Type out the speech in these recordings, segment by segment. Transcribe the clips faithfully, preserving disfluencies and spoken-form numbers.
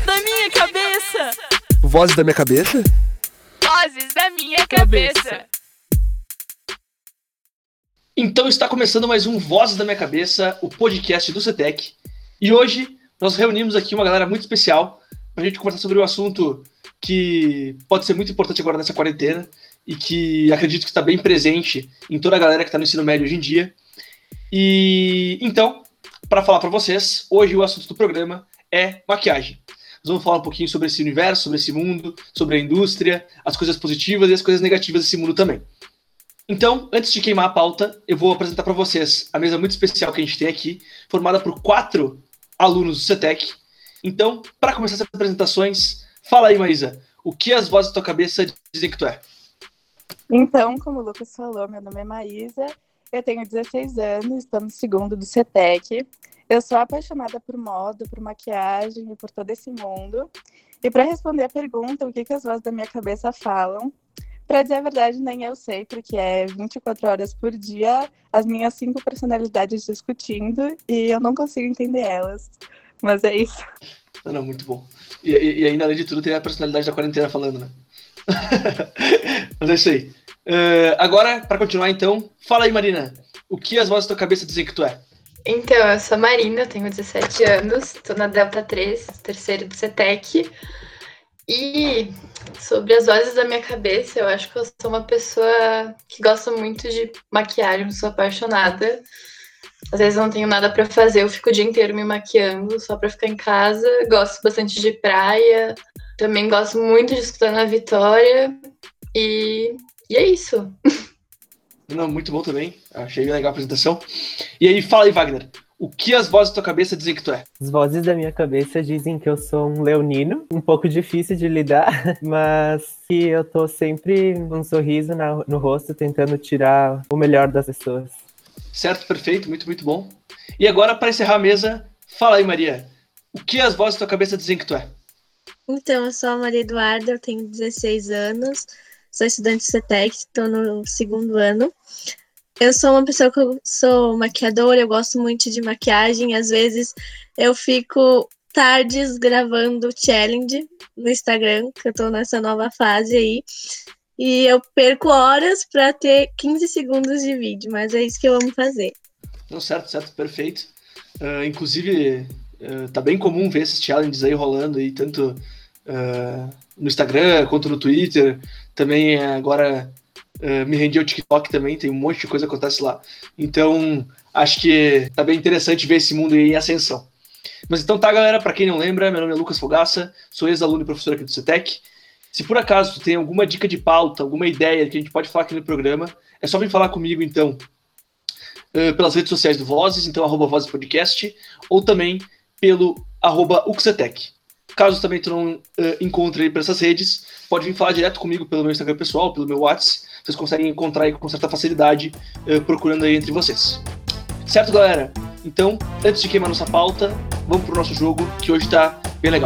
da minha cabeça. Vozes da minha cabeça? Vozes da minha cabeça. Então está começando mais um Vozes da Minha Cabeça, o podcast do CETEC. E hoje nós reunimos aqui uma galera muito especial para a gente conversar sobre um assunto que pode ser muito importante agora nessa quarentena e que acredito que está bem presente em toda a galera que está no ensino médio hoje em dia. E então, para falar para vocês, hoje o assunto do programa é maquiagem. Nós vamos falar um pouquinho sobre esse universo, sobre esse mundo, sobre a indústria, as coisas positivas e as coisas negativas desse mundo também. Então, antes de queimar a pauta, eu vou apresentar para vocês a mesa muito especial que a gente tem aqui, formada por quatro alunos do CETEC. Então, para começar essas apresentações, fala aí, Maísa, o que as vozes da tua cabeça dizem que tu é? Então, como o Lucas falou, meu nome é Maísa, eu tenho dezesseis anos, estou no segundo do CETEC. Eu sou apaixonada por moda, por maquiagem e por todo esse mundo. E para responder a pergunta, o que, que as vozes da minha cabeça falam, para dizer a verdade, nem eu sei, porque é vinte e quatro horas por dia, as minhas cinco personalidades discutindo, e eu não consigo entender elas. Mas é isso. Não, não, muito bom. E, e, e ainda, além de tudo, tem a personalidade da quarentena falando, né? Mas é isso aí. Uh, agora, para continuar, então, fala aí, Marina. O que as vozes da tua cabeça dizem que tu é? Então, eu sou a Marina, eu tenho dezessete anos, estou na Delta três, terceiro do CETEC. E sobre as vozes da minha cabeça, eu acho que eu sou uma pessoa que gosta muito de maquiagem, sou apaixonada. Às vezes eu não tenho nada para fazer, eu fico o dia inteiro me maquiando só para ficar em casa. Gosto bastante de praia, também gosto muito de escutar na Vitória. E, e é isso. Não, muito bom também, achei legal a apresentação. E aí, fala aí, Wagner. O que as vozes da tua cabeça dizem que tu é? As vozes da minha cabeça dizem que eu sou um leonino, um pouco difícil de lidar, mas que eu tô sempre com um sorriso na, no rosto, tentando tirar o melhor das pessoas. Certo, perfeito, muito, muito bom. E agora, para encerrar a mesa, fala aí, Maria. O que as vozes da tua cabeça dizem que tu é? Então, eu sou a Maria Eduarda, eu tenho dezesseis anos, sou estudante do CETEC, estou no segundo ano. Eu sou uma pessoa que eu sou maquiadora, eu gosto muito de maquiagem. Às vezes eu fico tardes gravando challenge no Instagram, que eu tô nessa nova fase aí. E eu perco horas para ter quinze segundos de vídeo, mas é isso que eu amo fazer. Não, certo, certo, perfeito. Uh, inclusive, uh, tá bem comum ver esses challenges aí rolando, aí, tanto uh, no Instagram quanto no Twitter. Também agora... Uh, me rendi ao TikTok também, tem um monte de coisa que acontece lá. Então, acho que tá bem interessante ver esse mundo aí em ascensão. Mas então tá, galera, pra quem não lembra, meu nome é Lucas Fogaça, sou ex-aluno e professor aqui do CETEC. Se por acaso tu tem alguma dica de pauta, alguma ideia que a gente pode falar aqui no programa, é só vir falar comigo, então, uh, pelas redes sociais do Vozes, então, arroba Vozes Podcast, ou também pelo arroba UCCETEC. Caso também tu não uh, encontre aí por essas redes, pode vir falar direto comigo pelo meu Instagram pessoal, pelo meu WhatsApp. Vocês conseguem encontrar aí com certa facilidade, uh, procurando aí entre vocês. Certo, galera? Então, antes de queimar nossa pauta, vamos pro nosso jogo, que hoje tá bem legal.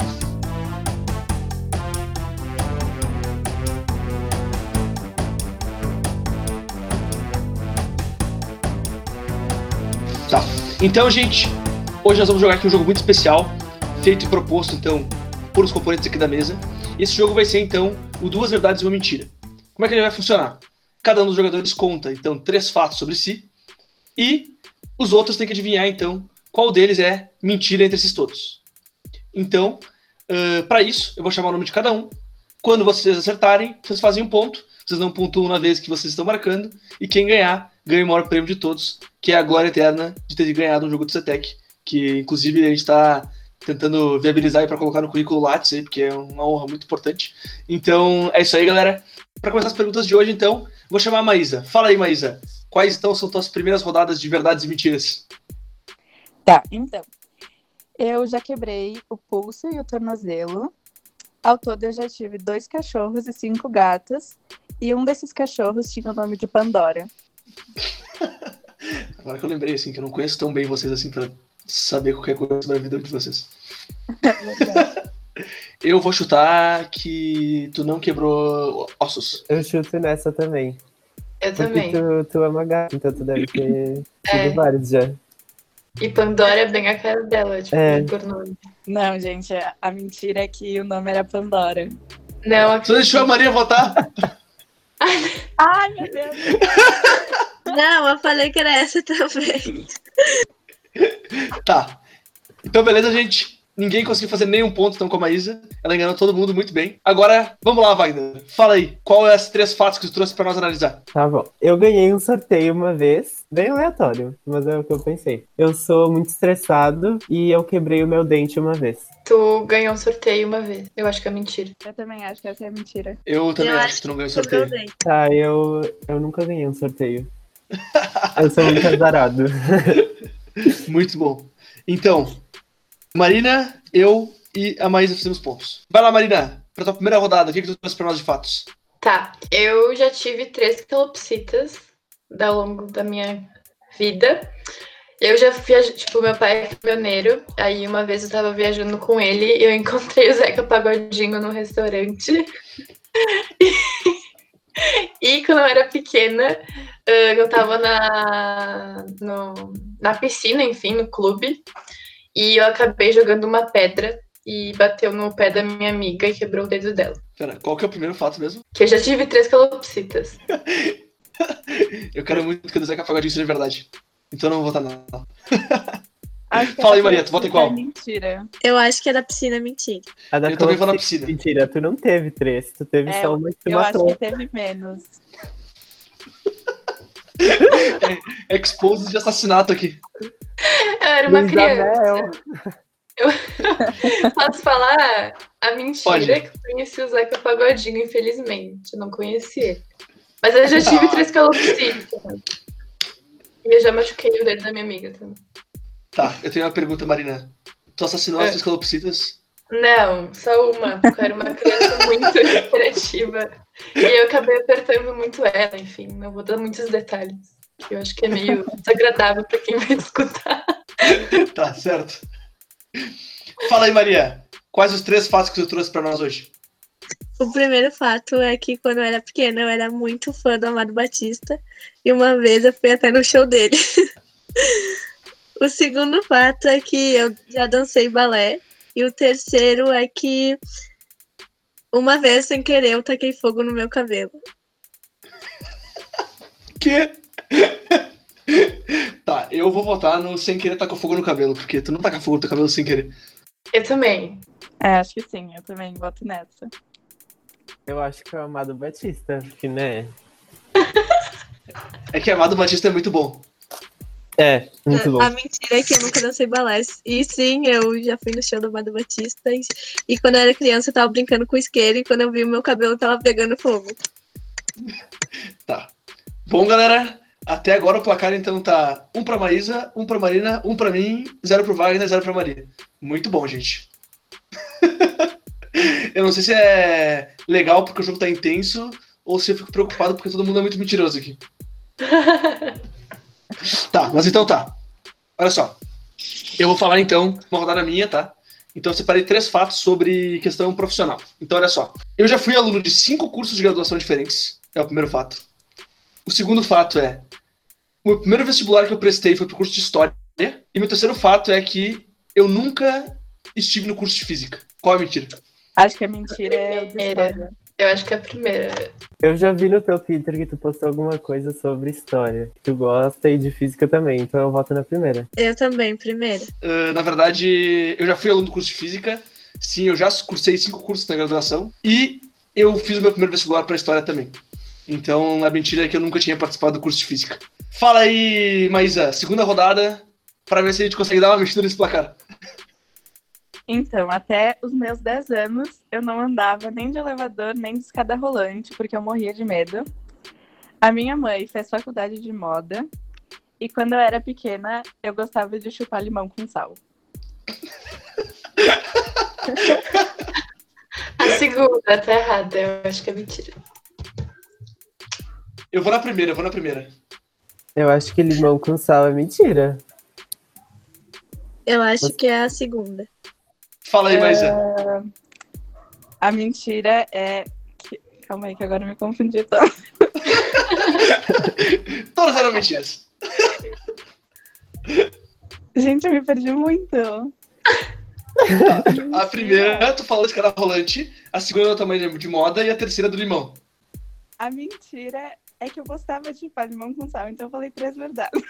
Tá. Então, gente, hoje nós vamos jogar aqui um jogo muito especial, feito e proposto, então, por os componentes aqui da mesa. Esse jogo vai ser, então, o Duas Verdades e Uma Mentira. Como é que ele vai funcionar? Cada um dos jogadores conta, então, três fatos sobre si, e os outros têm que adivinhar, então, qual deles é mentira entre esses todos. Então, uh, para isso, eu vou chamar o nome de cada um. Quando vocês acertarem, vocês fazem um ponto, vocês não pontuam na vez que vocês estão marcando, e quem ganhar, ganha o maior prêmio de todos, que é a glória eterna de ter ganhado um jogo do CETEC, que, inclusive, a gente está tentando viabilizar para colocar no currículo Lattes, aí, porque é uma honra muito importante. Então, é isso aí, galera. Para começar as perguntas de hoje, então, vou chamar a Maísa. Fala aí, Maísa. Quais, então, são tuas primeiras rodadas de verdades e mentiras? Tá, então. Eu já quebrei o pulso e o tornozelo. Ao todo, eu já tive dois cachorros e cinco gatas. E um desses cachorros tinha o nome de Pandora. Agora que eu lembrei, assim, que eu não conheço tão bem vocês, assim, para saber qualquer coisa sobre a vida de vocês. Eu vou chutar que tu não quebrou ossos. Eu chuto nessa também. Eu Porque também. tu, tu ama gato, então tu deve ter tido É. vários já. E Pandora é bem a cara dela, tipo, É. por nome. Não, gente, a mentira é que o nome era Pandora. Não, Você deixou a Maria votar? Ai, meu Deus. Não, eu falei que era essa também. Tá. Então, beleza, gente. Ninguém conseguiu fazer nenhum ponto, então, como a Isa. Ela enganou todo mundo muito bem. Agora, vamos lá, Wagner. Fala aí. Qual é as três fatos que você trouxe pra nós analisar? Tá bom. Eu ganhei um sorteio uma vez, bem aleatório, mas é o que eu pensei. Eu sou muito estressado e eu quebrei o meu dente uma vez. tu ganhou um sorteio uma vez. Eu acho que é mentira. Eu também acho que essa é mentira. Eu também Eu acho acho que tu não ganhou Quebrou o sorteio. dente. Tá, eu, eu nunca ganhei um sorteio. Eu sou muito azarado. Muito bom. Então, Marina, eu e a Maísa fizemos pontos. Vai lá, Marina. Pra tua primeira rodada, o que, que tu trouxe pra nós de fatos? Tá, eu já tive três calopsitas ao longo da minha vida. Eu já viajei, tipo, meu pai é caminhoneiro, aí uma vez eu tava viajando com ele e eu encontrei o Zeca Pagodinho no restaurante. E quando eu era pequena, eu tava na, no, na piscina, enfim, no clube, e eu acabei jogando uma pedra e bateu no pé da minha amiga e quebrou o dedo dela. Pera, qual que é o primeiro fato mesmo? Que eu já tive três calopsitas. Eu quero muito que o Zeca Pagodinho seja verdade. Então eu não vou votar não. Acho que Fala aí, essa Maria, tu vota em qual? é mentira. Eu acho que era piscina mentira. A da Eu também vou na Calopsita- piscina. Mentira, tu não teve três, tu teve É, só uma que tu Eu acho matou. que teve menos. É exposed de assassinato aqui. Eu era uma Luísa criança. Mel. Posso falar a mentira Pode. que eu conheci o Zeca Pagodinho, infelizmente. Eu não conheci ele. Mas eu já tive Ah. três calopsitas. E eu já machuquei o dedo da minha amiga também. Tá, eu tenho uma pergunta, Marina. Tu assassinou É. as tuas calopsitas? Não, só uma. Porque eu era uma criança muito hiperativa. E eu acabei apertando muito ela, enfim. Não vou dar muitos detalhes. Que eu acho que é meio desagradável pra quem vai escutar. Tá, certo. Fala aí, Maria. Quais os três fatos que tu trouxe pra nós hoje? O primeiro fato é que quando eu era pequena eu era muito fã do Amado Batista e uma vez eu fui até no show dele. O segundo fato é que eu já dancei balé e o terceiro é que uma vez sem querer eu taquei fogo no meu cabelo. Que? Tá, eu vou votar no sem querer tacar fogo no cabelo, porque tu não taca fogo no teu cabelo sem querer. Eu também. É, acho que sim, eu também voto nessa. Eu acho que é o Amado Batista, que né? É que Amado Batista é muito bom. É, muito bom. A mentira é que eu nunca dancei balé. E sim, eu já fui no show do Amado Batista. E, e quando eu era criança eu tava brincando com isqueiro e quando eu vi o meu cabelo tava pegando fogo. Tá. Bom, galera, até agora o placar então tá um pra Maísa, um pra Marina, um pra mim, zero pro Wagner, zero pra Maria. Muito bom, gente. Eu não sei se é legal porque o jogo tá intenso ou se eu fico preocupado porque todo mundo é muito mentiroso aqui. Tá, mas então tá. Olha só. Eu vou falar então uma rodada minha, tá? Então eu separei três fatos sobre questão profissional. Então olha só. Eu já fui aluno de cinco cursos de graduação diferentes. É o primeiro fato. O segundo fato é... O primeiro vestibular que eu prestei foi pro curso de História. E meu terceiro fato é que eu nunca estive no curso de Física. Qual é a mentira? Acho que a mentira é o de Primeira. história. Eu acho que é a primeira. Eu já vi no teu Twitter que tu postou alguma coisa sobre história. Que tu gosta e de física também, então eu voto na primeira. Eu também, primeiro. Uh, na verdade, eu já fui aluno do curso de Física. Sim, eu já cursei cinco cursos na graduação. E eu fiz o meu primeiro vestibular para História também. Então, a mentira é que eu nunca tinha participado do curso de Física. Fala aí, Maísa. Segunda rodada, para ver se a gente consegue dar uma mexida nesse placar. Então, até os meus dez anos, eu não andava nem de elevador, nem de escada rolante, porque eu morria de medo. A minha mãe fez faculdade de moda. E quando eu era pequena, eu gostava de chupar limão com sal. A segunda tá errada. Eu acho que é mentira. Eu vou na primeira, eu vou na primeira. Eu acho que limão com sal é mentira. Eu acho que é a segunda. Fala aí, Maísa. A mentira é... que- Calma aí, que agora eu me confundi todo. Todas eram mentiras. Gente, eu me perdi muito. A primeira, tu falou de cara rolante, a segunda é o tamanho de moda e a terceira é do limão. A mentira é que eu gostava de chupar limão com sal, então eu falei três verdades.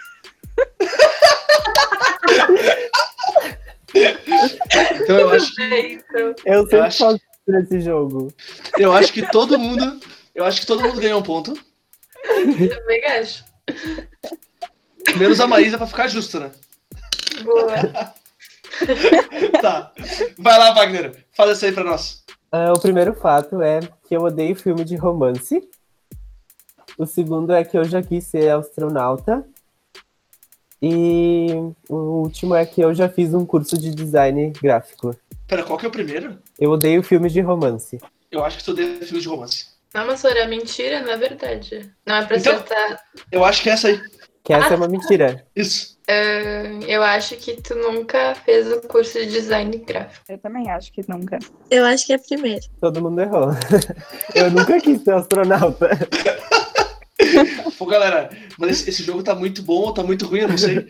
Então eu acho que, Então, Eu sempre acho- faço nesse jogo. eu acho que todo mundo, eu acho que todo mundo ganhou um ponto, também acho. menos a Maísa pra ficar justo, né? Boa. Tá. Vai lá, Wagner, fala isso aí pra nós. Ah, o primeiro fato é que eu odeio filme de romance. O segundo é que eu já quis ser astronauta. E o último é que eu já fiz um curso de design gráfico. Pera, qual que é o primeiro? Eu odeio filmes de romance. Eu acho que tu odeia filme de romance. Não, mas era mentira, não é verdade. Não é pra Então- acertar. Eu acho que é essa aí. Que essa é uma mentira. Isso. Ah, eu acho que tu nunca fez o curso de design gráfico. Eu também acho que nunca. Eu acho que é primeiro. Todo mundo errou. Eu nunca quis ser astronauta. Pô, galera, mas esse, esse jogo tá muito bom ou tá muito ruim, eu não sei.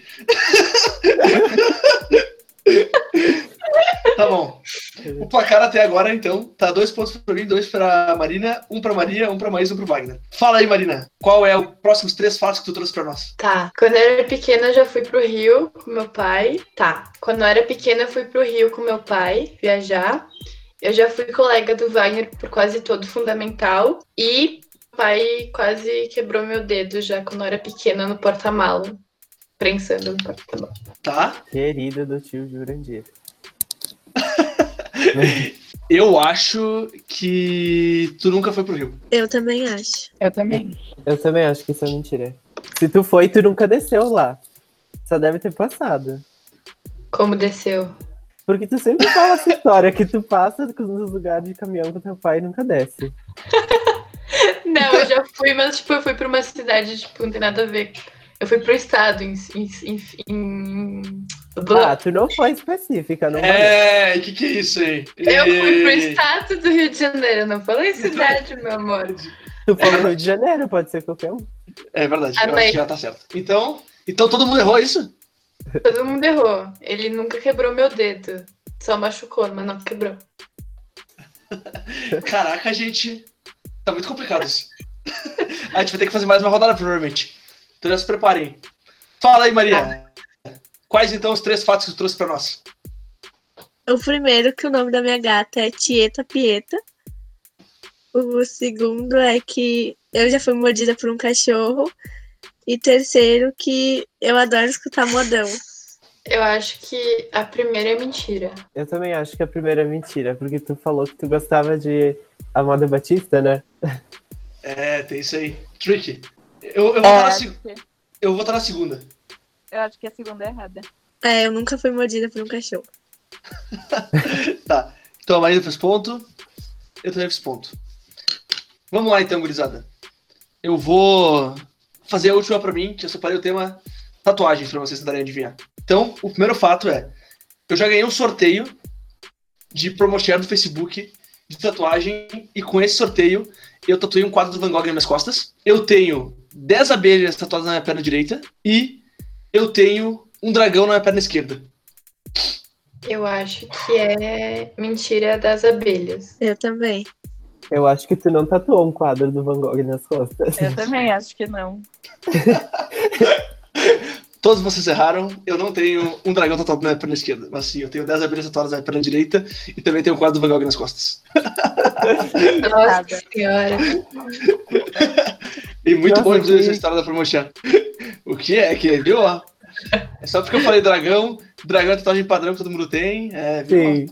Tá bom. O placar até agora, então, tá dois pontos pra mim, dois pra Marina, um pra Maria, um pra Maísa, um pro Wagner. Fala aí, Marina, qual é os próximos três fatos que tu trouxe pra nós? Tá. Quando eu era pequena, eu já fui pro Rio com meu pai. Tá. Quando eu era pequena, eu fui pro Rio com meu pai viajar. Eu já fui colega do Wagner por quase todo o fundamental. E meu pai quase quebrou meu dedo já quando eu era pequena no porta-mala. Prensando no porta-mala. Tá? Querida do tio Jurandir. Eu acho que tu nunca foi pro Rio. Eu também acho. Eu também. Eu também acho que isso é mentira. Se tu foi, tu nunca desceu lá. Só deve ter passado. Como desceu? Porque tu sempre fala essa história que tu passa nos lugares de caminhão com teu pai e nunca desce. Não, eu já fui, mas tipo, eu fui pra uma cidade, tipo, não tem nada a ver. Eu fui pro estado, em... em, em, em... Ah, tu não foi específica, não valeu. É, que que é isso aí? Eu fui pro Ei. estado do Rio de Janeiro, eu não falei cidade, meu amor. Tu foi no Rio de Janeiro, pode ser qualquer um. É verdade, eu Amei. acho que já tá certo. Então, então todo mundo errou isso? Todo mundo errou. Ele nunca quebrou meu dedo. Só machucou, mas não quebrou. Caraca, gente. Tá muito complicado isso. A gente vai ter que fazer mais uma rodada, provavelmente. Então já se preparem. Fala aí, Maria. Quais, então, os três fatos que tu trouxe pra nós? O primeiro, que o nome da minha gata é Tieta Pieta. O segundo é que eu já fui mordida por um cachorro. E terceiro, que eu adoro escutar modão. Eu acho que a primeira é mentira. Eu também acho que a primeira é mentira, porque tu falou que tu gostava de Amada Batista, né? É, tem isso aí. Tricky. Eu, eu, vou É, estar na, acho seg- que- eu vou estar na segunda. eu acho que a segunda é errada. É, eu nunca fui mordida por um cachorro. Tá. Então a Maria fez ponto. Eu também fiz ponto. Vamos lá, então, gurizada. Eu vou fazer a última pra mim, que eu separei o tema tatuagens pra vocês tentarem adivinhar. Então, o primeiro fato é: eu já ganhei um sorteio de promoshare do Facebook de tatuagem, e com esse sorteio eu tatuei um quadro do Van Gogh nas minhas costas. Eu tenho dez abelhas tatuadas na minha perna direita e eu tenho um dragão na minha perna esquerda. Eu acho que é mentira das abelhas. Eu também. Eu acho que tu não tatuou um quadro do Van Gogh nas costas. Eu também acho que não. Todos vocês erraram, eu não tenho um dragão tatuado na minha perna esquerda, mas sim, eu tenho dez abelhas tatuadas na minha perna direita e também tenho um quadro do Van Gogh nas costas. Nossa Errada. senhora. E muito Nossa, bom, inclusive, que- essa história da promoção. O que é que, viu? Ó? É só porque eu falei dragão, dragão é tatuagem padrão que todo mundo tem, é, viu? Sim.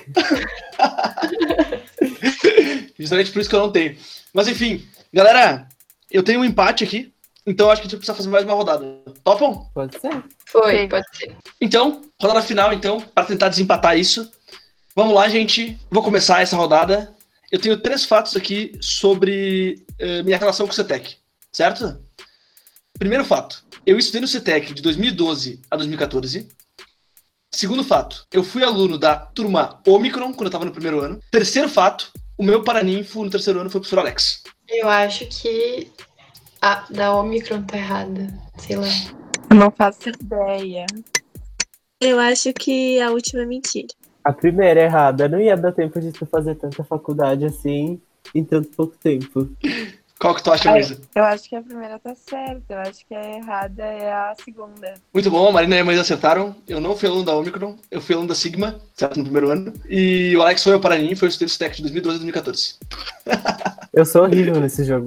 Justamente por isso que eu não tenho. Mas enfim, galera, eu tenho um empate aqui, então acho que a gente precisa fazer mais uma rodada. Topam? Pode ser. Foi, Sim. pode ser. Então, rodada final, então, para tentar desempatar isso. Vamos lá, gente. Vou começar essa rodada. Eu tenho três fatos aqui sobre eh, minha relação com o CETEC, certo? Primeiro fato, eu estudei no CETEC de dois mil e doze a dois mil e quatorze. Segundo fato, eu fui aluno da turma Omicron quando eu estava no primeiro ano. Terceiro fato, o meu paraninfo no terceiro ano foi o professor Alex. Eu acho que a da Omicron tá errada. Sei lá. Eu não faço ideia. Eu acho que a última é mentira. A primeira é errada. Não ia dar tempo de tu fazer tanta faculdade assim em tanto pouco tempo. Qual que tu acha, Ai, Marisa? eu acho que a primeira tá certa, eu acho que a errada é a segunda. Muito bom, a Marina e a Maísa acertaram. Eu não fui aluno da Omicron, eu fui aluno da Sigma, certo, no primeiro ano. E o Alex foi ao Paranin, foi o estudante Tech de dois mil e doze a dois mil e quatorze. Eu sou horrível nesse jogo.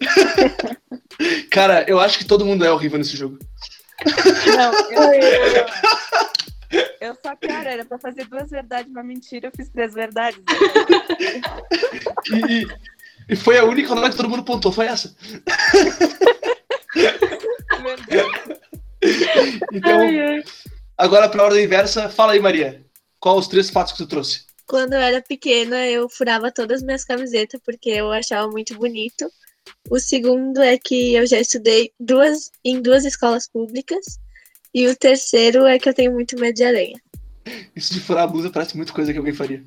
Cara, eu acho que todo mundo é horrível nesse jogo. Não, eu, eu, eu só, cara, era pra fazer duas verdades e uma mentira, eu fiz três verdades. E, e foi a única hora que todo mundo pontuou, foi essa. Então, Ai, ai. agora pra ordem inversa, fala aí, Maria. Qual os três fatos que tu trouxe? Quando eu era pequena, eu furava todas as minhas camisetas porque eu achava muito bonito. O segundo é que eu já estudei duas, em duas escolas públicas. E o terceiro é que eu tenho muito medo de aranha. Isso de furar a blusa parece muito coisa que alguém faria.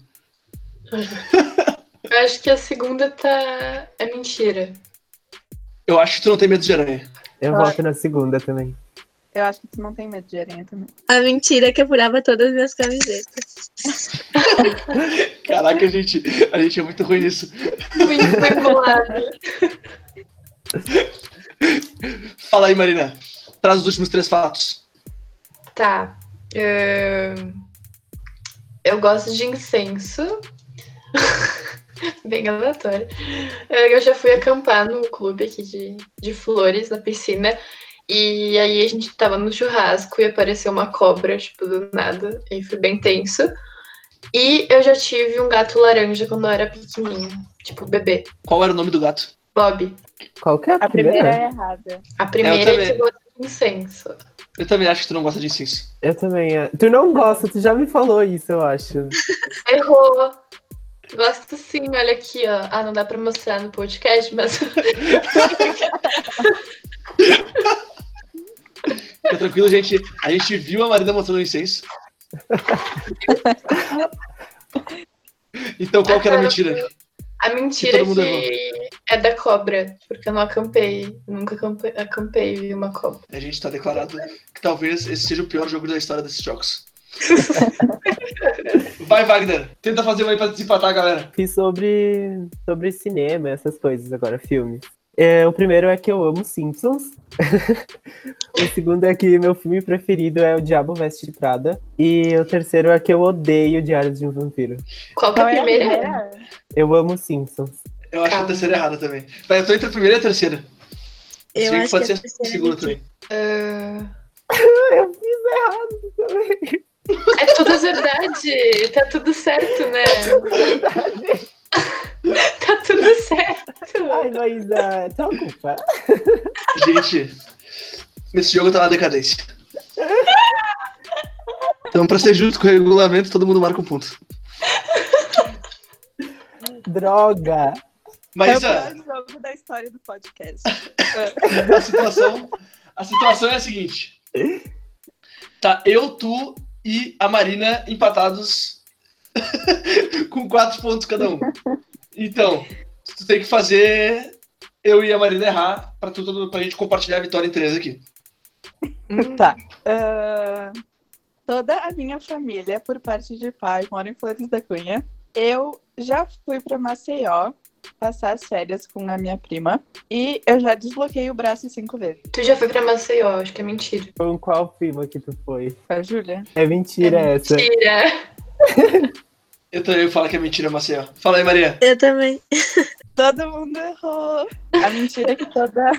Eu acho que a segunda tá. É mentira. Eu acho que tu não tem medo de aranha. Eu Ah. voto na segunda também. Eu acho que tu não tem medo de aranha também. A mentira é que eu furava todas as minhas camisetas. Caraca, a gente, a gente é muito ruim nisso. Muito bem bolado. Fala aí, Marina. Traz os últimos três fatos. Tá. ahn, Eu gosto de incenso. Bem aleatório. Eu já fui acampar no clube aqui de, de flores, na piscina. E aí a gente tava no churrasco e apareceu uma cobra, tipo, do nada. E foi bem tenso. E eu já tive um gato laranja quando eu era pequenininha. Tipo, bebê. Qual era o nome do gato? Bob. Qual que é a, A primeira? primeira é errada. A primeira é também. que eu gosto de incenso. Eu também acho que tu não gosta de incenso. Eu também. é. Tu não gosta, tu já me falou isso, eu acho. Errou. Gosto sim, olha aqui, ó. Ah, não dá pra mostrar no podcast, mas. Fica tranquilo, gente. A gente viu a Marina mostrando o incenso. Então, qual que era a mentira? A mentira todo mundo que é da cobra, porque eu não acampei. Nunca acampei, acampei e vi uma cobra. A gente tá declarado que talvez esse seja o pior jogo da história desses jogos. Vai, Wagner. Tenta fazer um aí pra desempatar, galera. Fiz sobre, sobre cinema, essas coisas agora, filmes. É, o primeiro é que eu amo Simpsons. O segundo é que meu filme preferido é O Diabo Veste de Prada. E o terceiro é que eu odeio Diários de um Vampiro. Qual que é Qual a é a primeira? primeira? Eu amo Simpsons. Eu acho Calma. a terceira errada também. Vai, eu tô entre a primeira e a terceira. Eu Sei que acho pode que ser a a terceira é segunda mentira. também. Ah, Eu fiz errado também. é tudo verdade. Tá tudo certo, né? Tá tudo certo. Ai, Maísa, tua culpa. Gente, esse jogo tá na decadência. Então, pra ser justo com o regulamento, todo mundo marca um ponto. Droga. Mas é o a, pior jogo da história do podcast. a situação, a situação é a seguinte. Tá eu, tu e a Marina empatados com quatro pontos cada um. Então, tu tem que fazer eu e a Marina errar pra, tudo, pra gente compartilhar a vitória em três aqui. Tá. Ah, toda a minha família, por parte de pai, mora em Flores da Cunha. Eu já fui pra Maceió passar as férias com a minha prima. E eu já desbloqueei o braço cinco vezes. Tu já foi pra Maceió, acho que é mentira. Com qual prima que tu foi? Com a Júlia? É mentira é essa. Mentira. Eu também falo que é mentira, Maceió. Fala aí, Maria. Eu também. Todo mundo errou. A mentira é que toda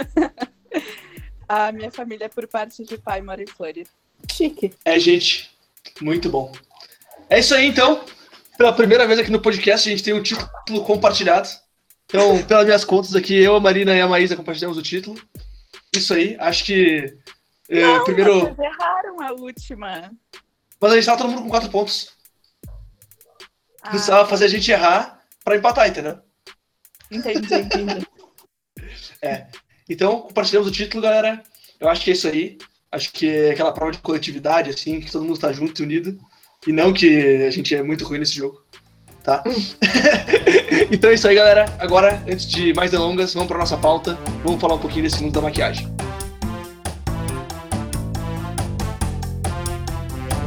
a minha família, por parte de pai, mora em Flores. Chique. É, gente, muito bom. É isso aí, então. Pela primeira vez aqui no podcast, a gente tem um título compartilhado. Então, pelas minhas contas aqui, eu, a Marina e a Maísa compartilhamos o título. Isso aí, acho que... eh, Não, primeiro... vocês erraram a última. Mas a gente tava todo mundo com quatro pontos. Ah, Precisava fazer a gente errar pra empatar, entendeu? entendi, entendi. Então, compartilhamos o título, galera. Eu acho que é isso aí. Acho que é aquela prova de coletividade, assim, que todo mundo tá junto e unido. E não que a gente é muito ruim nesse jogo, tá? Então é isso aí, galera. Agora, antes de mais delongas, vamos pra nossa pauta. Vamos falar um pouquinho desse mundo da maquiagem.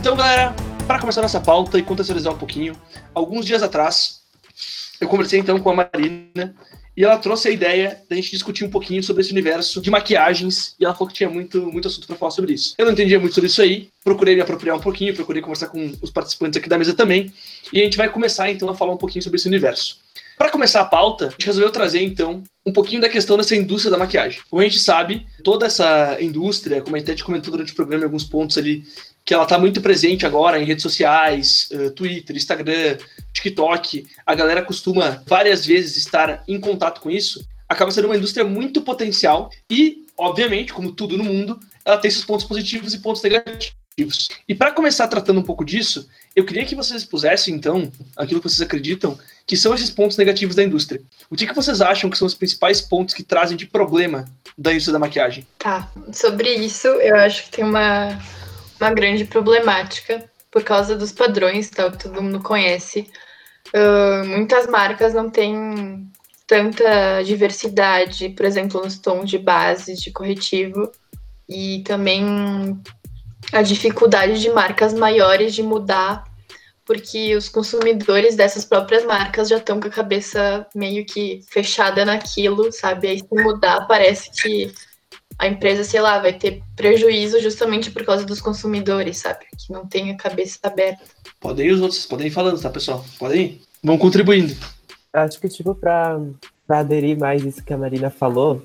Então, galera, para começar nossa pauta e contextualizar um pouquinho, alguns dias atrás, eu conversei então com a Marina e ela trouxe a ideia da gente discutir um pouquinho sobre esse universo de maquiagens e ela falou que tinha muito, muito assunto para falar sobre isso. Eu não entendia muito sobre isso aí, procurei me apropriar um pouquinho, procurei conversar com os participantes aqui da mesa também e a gente vai começar então a falar um pouquinho sobre esse universo. Para começar a pauta, a gente resolveu trazer então um pouquinho da questão dessa indústria da maquiagem. Como a gente sabe, toda essa indústria, como a gente comentou durante o programa em alguns pontos ali, que ela está muito presente agora em redes sociais, uh, Twitter, Instagram, TikTok, a galera costuma várias vezes estar em contato com isso, acaba sendo uma indústria muito potencial e, obviamente, como tudo no mundo, ela tem seus pontos positivos e pontos negativos. E para começar tratando um pouco disso, eu queria que vocês expusessem, então, aquilo que vocês acreditam que são esses pontos negativos da indústria. O que, que vocês acham que são os principais pontos que trazem de problema da indústria da maquiagem? Tá, sobre isso eu acho que tem uma, uma grande problemática por causa dos padrões, tal, que todo mundo conhece. Uh, muitas marcas não têm tanta diversidade, por exemplo, nos tons de base, de corretivo, e também a dificuldade de marcas maiores de mudar, porque os consumidores dessas próprias marcas já estão com a cabeça meio que fechada naquilo, sabe? Aí se mudar, parece que a empresa, sei lá, vai ter prejuízo justamente por causa dos consumidores, sabe? Que não tem a cabeça aberta. Podem ir os outros, podem ir falando, tá, pessoal? Podem ir. Vão contribuindo. Acho que, tipo, pra, pra aderir mais isso que a Marina falou,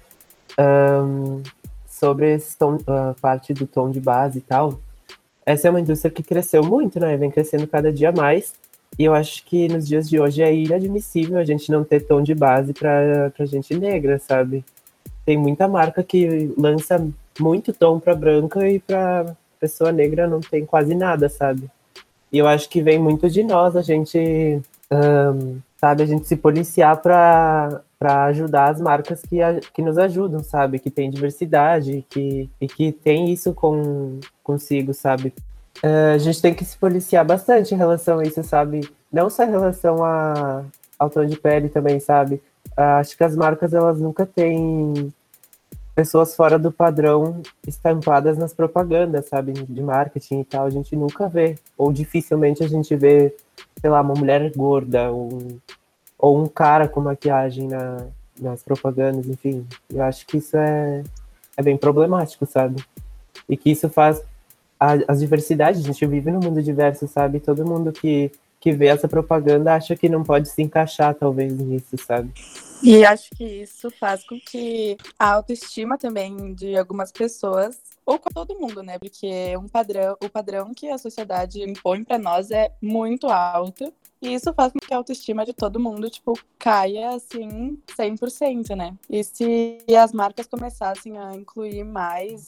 um, sobre esse tom, a parte do tom de base e tal, essa é uma indústria que cresceu muito, né? Vem crescendo cada dia mais. E eu acho que nos dias de hoje é inadmissível a gente não ter tom de base pra, pra gente negra, sabe? Tem muita marca que lança muito tom pra branca e pra pessoa negra não tem quase nada, sabe? E eu acho que vem muito de nós, a gente, um, sabe, a gente se policiar pra, pra ajudar as marcas que, a, que nos ajudam, sabe? Que tem diversidade que, e que tem isso com, consigo, sabe? Uh, a gente tem que se policiar bastante em relação a isso, sabe? Não só em relação a, ao tom de pele também, sabe? Uh, acho que as marcas, elas nunca têm pessoas fora do padrão estampadas nas propagandas, sabe? De marketing e tal, a gente nunca vê. Ou dificilmente a gente vê, sei lá, uma mulher gorda, ou, ou um cara com maquiagem na, nas propagandas, enfim. Eu acho que isso é, é bem problemático, sabe? E que isso faz a, as diversidades, a gente vive num mundo diverso, sabe? Todo mundo que, que vê essa propaganda acha que não pode se encaixar, talvez, nisso, sabe? E acho que isso faz com que a autoestima também de algumas pessoas, ou com todo mundo, né? Porque um padrão, o padrão que a sociedade impõe pra nós é muito alto. E isso faz com que a autoestima de todo mundo, tipo, caia, assim, cem por cento, né? E se as marcas começassem a incluir mais...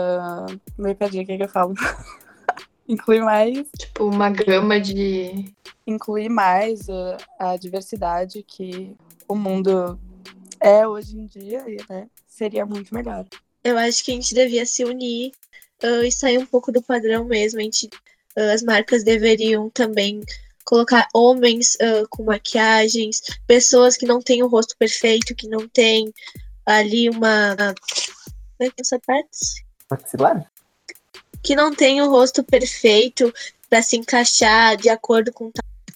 Uh, me perdi o que, que eu falo. Incluir mais... Tipo, uma gama de... Incluir mais uh, a diversidade que o mundo é hoje em dia, né? Seria muito melhor. Eu acho que a gente devia se unir uh, e sair um pouco do padrão mesmo. A gente, uh, as marcas deveriam também colocar homens uh, com maquiagens, pessoas que não têm o rosto perfeito, que não têm ali uma... Como é que é essa parte? Maxilar? Que não tem o rosto perfeito para se encaixar de acordo com...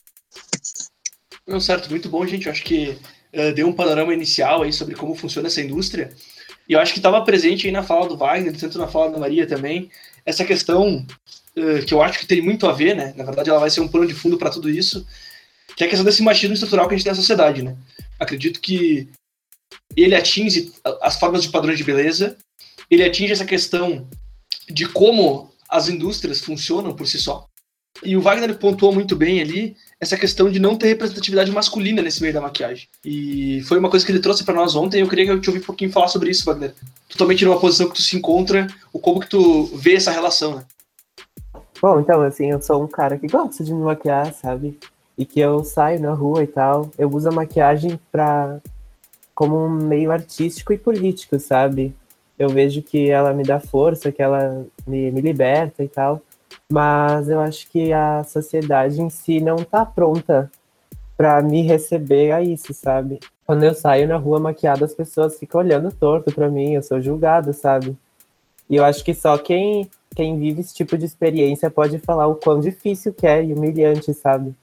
Não, certo, muito bom, gente. Eu acho que uh, deu um panorama inicial aí sobre como funciona essa indústria. E eu acho que estava presente aí na fala do Wagner, tanto na fala da Maria também, essa questão uh, que eu acho que tem muito a ver, né? Na verdade, ela vai ser um plano de fundo para tudo isso, que é a questão desse machismo estrutural que a gente tem na sociedade, né? Acredito que ele atinge as formas de padrões de beleza, ele atinge essa questão de como as indústrias funcionam por si só. E o Wagner pontuou muito bem ali essa questão de não ter representatividade masculina nesse meio da maquiagem. E foi uma coisa que ele trouxe para nós ontem, e eu queria que eu te ouvisse um pouquinho falar sobre isso, Wagner. Totalmente numa posição que tu se encontra, ou como que tu vê essa relação, né? Bom, então, assim, eu sou um cara que gosta de me maquiar, sabe? E que eu saio na rua e tal. Eu uso a maquiagem pra... como um meio artístico e político, sabe? Eu vejo que ela me dá força, que ela me, me liberta e tal. Mas eu acho que a sociedade em si não tá pronta pra me receber a isso, sabe? Quando eu saio na rua maquiada, as pessoas ficam olhando torto pra mim, eu sou julgada, sabe? E eu acho que só quem quem vive esse tipo de experiência pode falar o quão difícil que é e humilhante, sabe?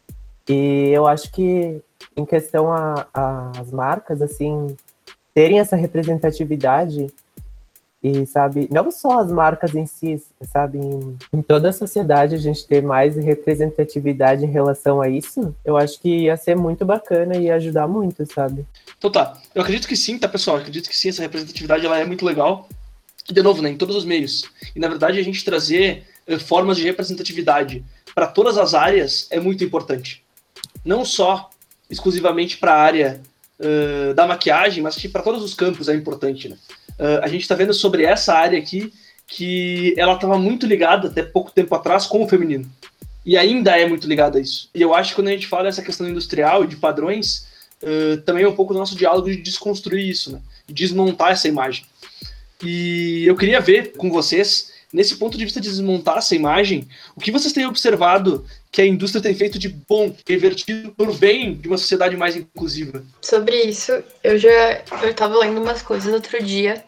E eu acho que, em questão a, a, as marcas, assim, terem essa representatividade e, sabe, não só as marcas em si, sabe, em, em toda a sociedade a gente ter mais representatividade em relação a isso, eu acho que ia ser muito bacana e ia ajudar muito, sabe? Então tá, eu acredito que sim, tá, pessoal? Eu acredito que sim, essa representatividade ela é muito legal. E, de novo, né, em todos os meios. E, na verdade, a gente trazer uh, formas de representatividade para todas as áreas é muito importante. Não só exclusivamente para a área uh, da maquiagem, mas que para todos os campos é importante, né? Uh, a gente está vendo sobre essa área aqui que ela estava muito ligada até pouco tempo atrás com o feminino. E ainda é muito ligada a isso. E eu acho que quando a gente fala dessa questão industrial e de padrões, uh, também é um pouco do nosso diálogo de desconstruir isso, né? De desmontar essa imagem. E eu queria ver com vocês, nesse ponto de vista de desmontar essa imagem, o que vocês têm observado que a indústria tem feito de bom, revertido para o bem de uma sociedade mais inclusiva. Sobre isso, eu já eu tava lendo umas coisas outro dia,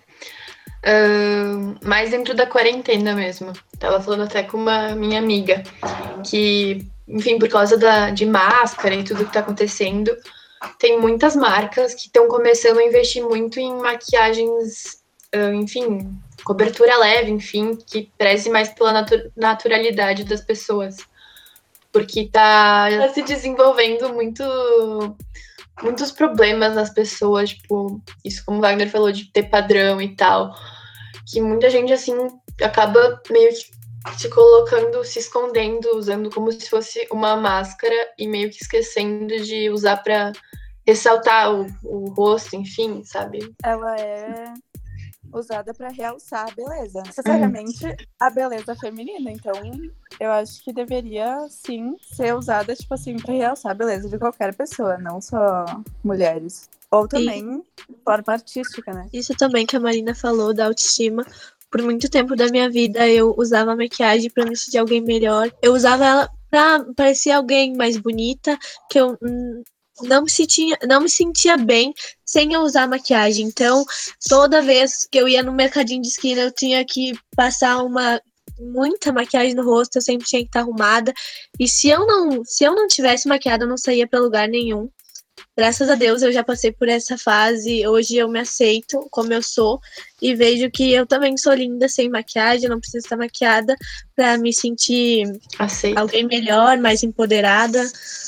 uh, mais dentro da quarentena mesmo. Tava falando até com uma minha amiga, que, enfim, por causa da, de máscara e tudo que tá acontecendo, tem muitas marcas que estão começando a investir muito em maquiagens, uh, enfim, cobertura leve, enfim, que preze mais pela natu- naturalidade das pessoas. Porque tá se desenvolvendo muito, muitos problemas nas pessoas, tipo, isso como o Wagner falou, de ter padrão e tal, que muita gente, assim, acaba meio que se colocando, se escondendo, usando como se fosse uma máscara e meio que esquecendo de usar pra ressaltar o, o rosto, enfim, sabe? Ela é usada para realçar a beleza, necessariamente uhum. a beleza feminina, então eu acho que deveria sim ser usada tipo assim para realçar a beleza de qualquer pessoa, não só mulheres, ou também de forma artística, né? Isso também que a Marina falou da autoestima. Por muito tempo da minha vida eu usava maquiagem para me sentir alguém melhor, eu usava ela para parecer alguém mais bonita, que eu hum, não me sentia, não me sentia bem sem eu usar maquiagem. Então, toda vez que eu ia no mercadinho de esquina, eu tinha que passar uma muita maquiagem no rosto, eu sempre tinha que estar arrumada. E se eu não, se eu não tivesse maquiada, eu não saía para lugar nenhum. Graças a Deus eu já passei por essa fase. Hoje eu me aceito como eu sou e vejo que eu também sou linda sem maquiagem, não preciso estar maquiada para me sentir Aceita. Alguém melhor, mais empoderada.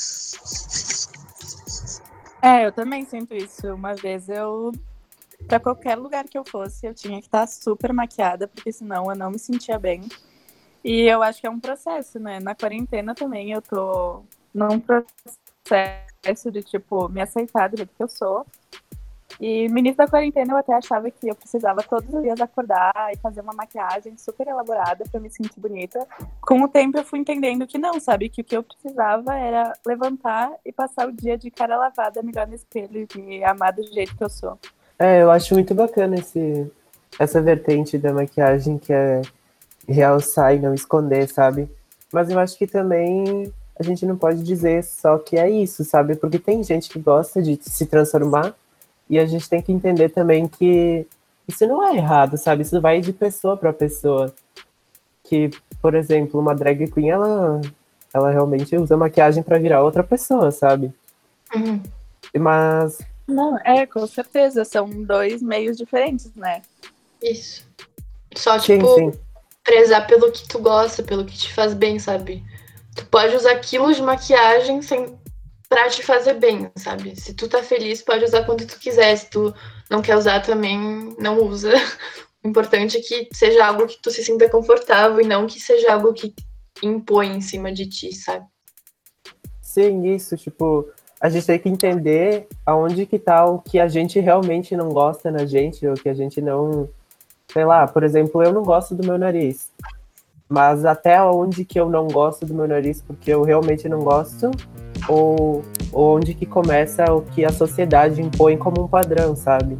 É, eu também sinto isso. Uma vez eu, pra qualquer lugar que eu fosse, eu tinha que estar super maquiada, porque senão eu não me sentia bem. E eu acho que é um processo, né? Na quarentena também eu tô num processo de, tipo, me aceitar do jeito que eu sou. E no início da quarentena eu até achava que eu precisava todos os dias acordar e fazer uma maquiagem super elaborada pra me sentir bonita. Com o tempo eu fui entendendo que não, sabe? Que o que eu precisava era levantar e passar o dia de cara lavada, me olhar no espelho e me amar do jeito que eu sou. É, eu acho muito bacana esse, essa vertente da maquiagem que é realçar e não esconder, sabe? Mas eu acho que também a gente não pode dizer só que é isso, sabe? Porque tem gente que gosta de se transformar. E a gente tem que entender também que isso não é errado, sabe? Isso vai de pessoa para pessoa. Que, por exemplo, uma drag queen, ela, ela realmente usa maquiagem para virar outra pessoa, sabe? Uhum. Mas... Não, é, com certeza. São dois meios diferentes, né? Isso. Só, sim, tipo, sim. prezar pelo que tu gosta, pelo que te faz bem, sabe? Tu pode usar quilos de maquiagem sem... pra te fazer bem, sabe? Se tu tá feliz, pode usar quando tu quiser. Se tu não quer usar também, não usa. O importante é que seja algo que tu se sinta confortável e não que seja algo que impõe em cima de ti, sabe? Sim, isso, tipo, a gente tem que entender aonde que tá o que a gente realmente não gosta na gente, ou que a gente não... Sei lá, por exemplo, eu não gosto do meu nariz. Mas até onde que eu não gosto do meu nariz porque eu realmente não gosto... Ou, ou onde que começa o que a sociedade impõe como um padrão, sabe?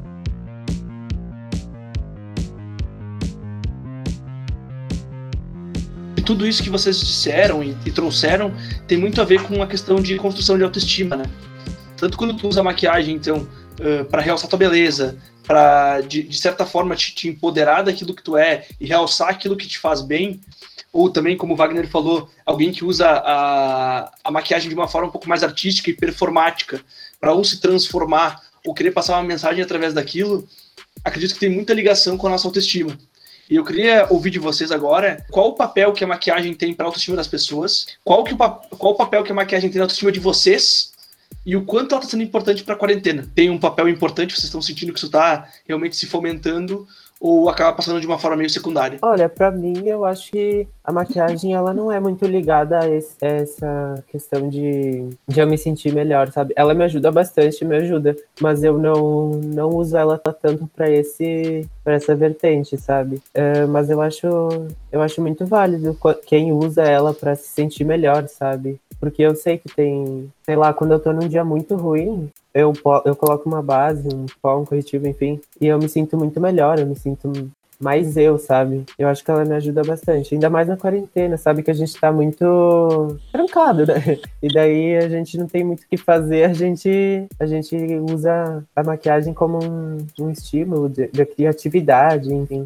E tudo isso que vocês disseram e, e trouxeram tem muito a ver com a questão de construção de autoestima, né? Tanto quando tu usa maquiagem, então, uh, para realçar tua beleza, para, de, de certa forma, te, te empoderar daquilo que tu é e realçar aquilo que te faz bem, ou também, como o Wagner falou, alguém que usa a, a maquiagem de uma forma um pouco mais artística e performática, para ou se transformar, ou querer passar uma mensagem através daquilo, acredito que tem muita ligação com a nossa autoestima. E eu queria ouvir de vocês agora qual o papel que a maquiagem tem para a autoestima das pessoas, qual, que o, qual o papel que a maquiagem tem na autoestima de vocês e o quanto ela está sendo importante para a quarentena. Tem um papel importante? Vocês estão sentindo que isso está realmente se fomentando ou acaba passando de uma forma meio secundária? Olha, pra mim, eu acho que a maquiagem, ela não é muito ligada a esse- essa questão de, de eu me sentir melhor, sabe? Ela me ajuda bastante, me ajuda, mas eu não, não uso ela tanto pra esse, pra essa vertente, sabe? É, mas eu acho, eu acho muito válido co- quem usa ela pra se sentir melhor, sabe? Porque eu sei que tem, sei lá, quando eu tô num dia muito ruim, eu, po- eu coloco uma base, um pó, um corretivo, enfim, e eu me sinto muito melhor, eu me sinto mais eu, sabe? Eu acho que ela me ajuda bastante, ainda mais na quarentena, sabe? Que a gente tá muito trancado, né? E daí a gente não tem muito o que fazer, a gente, a gente usa a maquiagem como um, um estímulo de, de criatividade, enfim.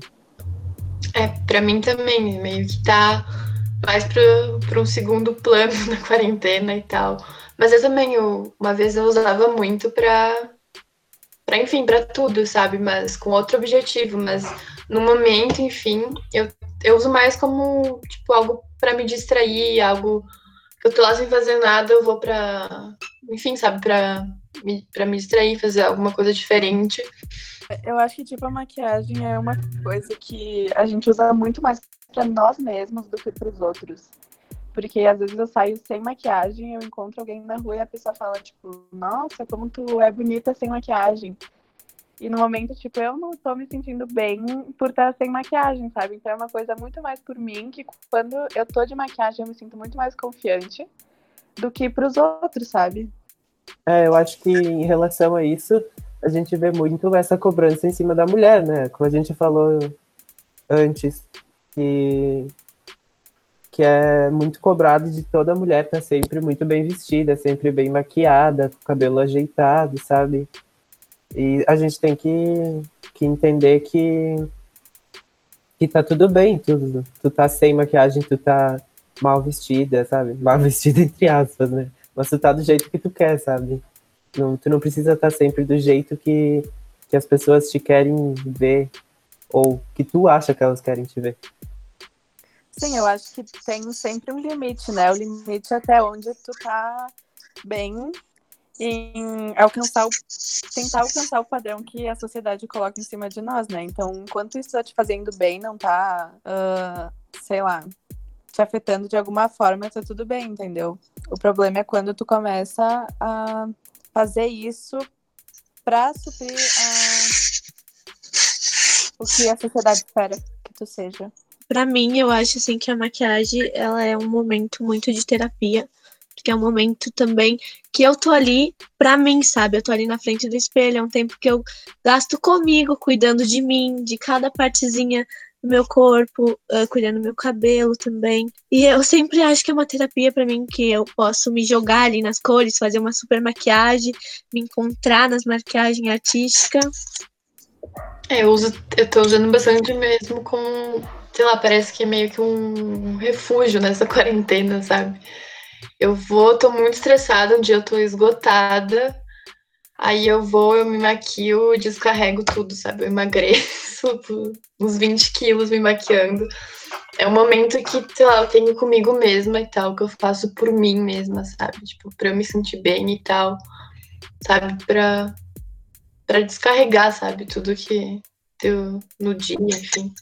É, pra mim também, meio que tá mais pro, pro um segundo plano na quarentena e tal. Mas eu também, eu, uma vez eu usava muito pra, pra, enfim, pra tudo, sabe? Mas com outro objetivo. Mas no momento, enfim, eu, eu uso mais como, tipo, algo pra me distrair, algo que eu tô lá sem fazer nada, eu vou pra, enfim, sabe? Pra me, pra me distrair, fazer alguma coisa diferente. Eu acho que, tipo, a maquiagem é uma coisa que a gente usa muito mais pra nós mesmos do que pros outros. Porque às vezes eu saio sem maquiagem, eu encontro alguém na rua e a pessoa fala, tipo, nossa, como tu é bonita sem maquiagem. E no momento, tipo, eu não tô me sentindo bem por estar sem maquiagem, sabe? Então é uma coisa muito mais por mim, que quando eu tô de maquiagem eu me sinto muito mais confiante do que pros outros, sabe? É, eu acho que em relação a isso, a gente vê muito essa cobrança em cima da mulher, né? Como a gente falou antes, que, que é muito cobrado de toda mulher estar sempre muito bem vestida, sempre bem maquiada, com o cabelo ajeitado, sabe? E a gente tem que, que entender que, que tá tudo bem, tu, tu tá sem maquiagem, tu tá mal vestida, sabe? Mal vestida entre aspas, né? Mas tu tá do jeito que tu quer, sabe? Não, tu não precisa estar sempre do jeito que, que as pessoas te querem ver ou que tu acha que elas querem te ver. Sim, eu acho que tem sempre um limite, né? O limite é até onde tu tá bem em alcançar o, tentar alcançar o padrão que a sociedade coloca em cima de nós, né? Então, enquanto isso tá te fazendo bem, não tá, uh, sei lá, te afetando de alguma forma, tá tudo bem, entendeu? O problema é quando tu começa a fazer isso pra suprir a... o que a sociedade espera que tu seja. Pra mim, eu acho assim que a maquiagem, ela é um momento muito de terapia, porque é um momento também que eu tô ali pra mim, sabe? Eu tô ali na frente do espelho, é um tempo que eu gasto comigo, cuidando de mim, de cada partezinha do meu corpo, uh, cuidando do meu cabelo também. E eu sempre acho que é uma terapia pra mim, que eu posso me jogar ali nas cores, fazer uma super maquiagem, me encontrar nas maquiagens artísticas. É, eu uso, eu tô usando bastante mesmo como, sei lá, parece que é meio que um refúgio nessa quarentena, sabe? Eu vou, tô muito estressada, um dia eu tô esgotada, aí eu vou, eu me maquio, descarrego tudo, sabe? Eu emagreço por uns vinte quilos me maquiando. É um momento que, sei lá, eu tenho comigo mesma e tal, que eu faço por mim mesma, sabe? Tipo, pra eu me sentir bem e tal, sabe? Pra, pra descarregar, sabe? Tudo que deu no dia, enfim.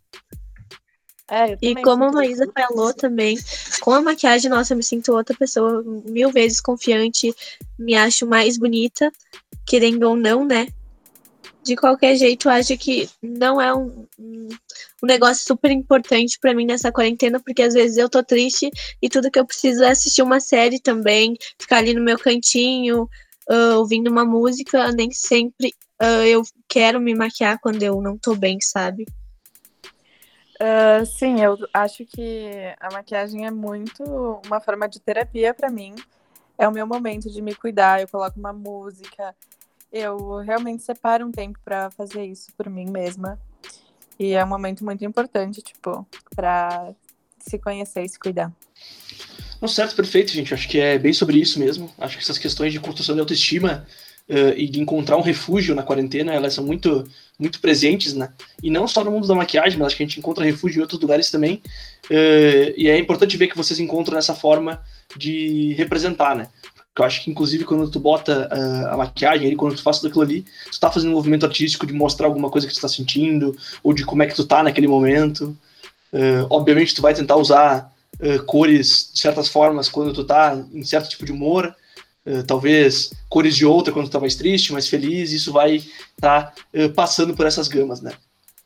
É, eu E também como a sinto Maísa isso. falou também, com a maquiagem, nossa, eu me sinto outra pessoa, mil vezes confiante, me acho mais bonita, querendo ou não, né? De qualquer jeito, eu acho que não é um, um, um negócio super importante pra mim nessa quarentena, porque às vezes eu tô triste e tudo que eu preciso é assistir uma série também, ficar ali no meu cantinho, uh, ouvindo uma música, nem sempre uh, eu quero me maquiar quando eu não tô bem, sabe? Uh, sim, eu acho que a maquiagem é muito uma forma de terapia pra mim. É o meu momento de me cuidar, eu coloco uma música Eu realmente separo um tempo pra fazer isso por mim mesma. E é um momento muito importante, tipo, pra se conhecer e se cuidar. Não, certo, perfeito, gente. Acho que é bem sobre isso mesmo. Acho que essas questões de construção de autoestima uh, e de encontrar um refúgio na quarentena, elas são muito, muito presentes, né? E não só no mundo da maquiagem, mas acho que a gente encontra refúgio em outros lugares também. Uh, e é importante ver que vocês encontram essa forma de representar, né? Porque eu acho que, inclusive, quando tu bota uh, a maquiagem, quando tu faz tudo aquilo ali, tu tá fazendo um movimento artístico de mostrar alguma coisa que tu tá sentindo, ou de como é que tu tá naquele momento. Uh, obviamente, tu vai tentar usar uh, cores de certas formas quando tu tá em certo tipo de humor, uh, talvez cores de outra quando tu tá mais triste, mais feliz, isso vai estar tá, uh, passando por essas gamas, né?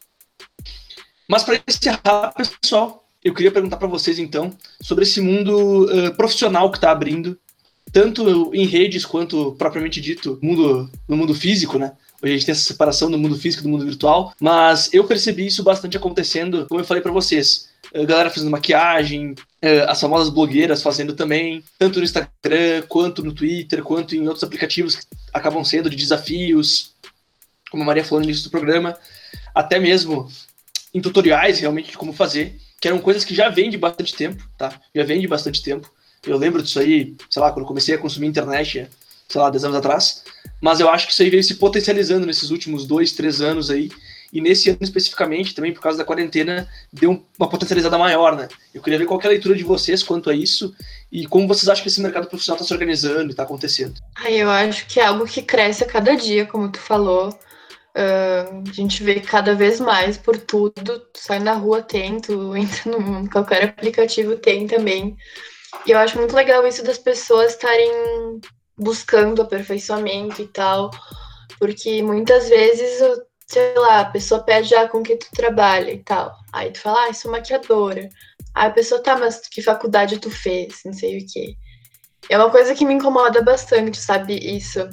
Mas para encerrar, pessoal, eu queria perguntar para vocês, então, sobre esse mundo uh, profissional que tá abrindo, tanto em redes quanto, propriamente dito, mundo, no mundo físico, né? Hoje a gente tem essa separação do mundo físico e do mundo virtual, mas eu percebi isso bastante acontecendo, como eu falei pra vocês. A galera fazendo maquiagem, as famosas blogueiras fazendo também, tanto no Instagram, quanto no Twitter, quanto em outros aplicativos que acabam sendo de desafios, como a Maria falou no início do programa, até mesmo em tutoriais, realmente, de como fazer, que eram coisas que já vêm de bastante tempo, tá? Já vêm de bastante tempo. Eu lembro disso aí, sei lá, quando eu comecei a consumir internet, sei lá, dez anos atrás, mas eu acho que isso aí veio se potencializando nesses últimos dois, três anos aí, e nesse ano especificamente, também por causa da quarentena, deu uma potencializada maior, né? Eu queria ver qual que é a leitura de vocês quanto a isso, e como vocês acham que esse mercado profissional está se organizando e está acontecendo. Ah, eu acho que é algo que cresce a cada dia, como tu falou. Uh, a gente vê cada vez mais por tudo, tu sai na rua tem, tu entra em qualquer aplicativo tem também. E eu acho muito legal isso das pessoas estarem buscando aperfeiçoamento e tal, porque muitas vezes, sei lá, a pessoa pede já com que tu trabalha e tal. Aí tu fala, ah, sou maquiadora. Aí a pessoa, tá, mas que faculdade tu fez? Não sei o quê. É uma coisa que me incomoda bastante, sabe, isso.